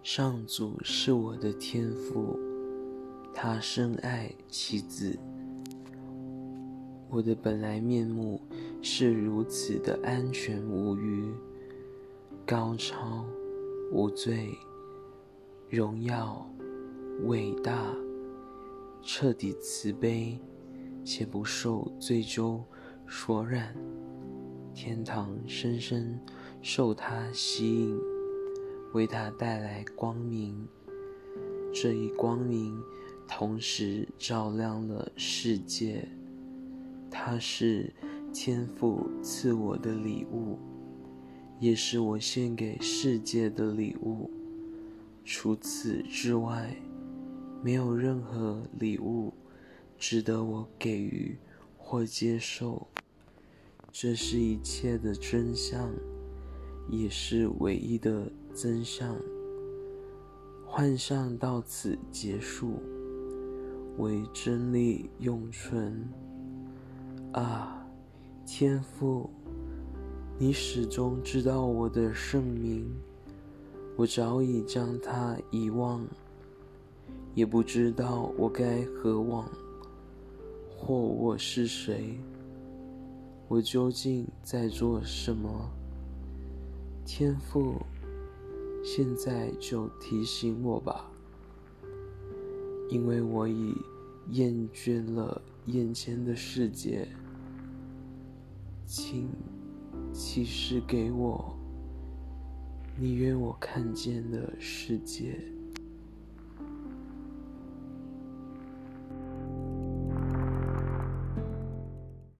上主是我的天父，他深爱其子。我的本来面目是如此的安全无虞，高超、无罪、荣耀、伟大、彻底慈悲，且不受罪咎所染。天堂深深受他吸引，为他带来光明。这一光明同时照亮了世界。它是天父赐我的礼物，也是我献给世界的礼物。除此之外，没有任何礼物值得我给予或接受。这是一切的真相，也是唯一的真相。幻象到此结束，唯真理永存。啊，天父，你始终知道我的圣名，我早已将它遗忘，也不知道我该何往，或我是谁，我究竟在做什么。天父，现在就提醒我吧，因为我已厌倦了眼前的世界。请启示给我你愿我看见的世界。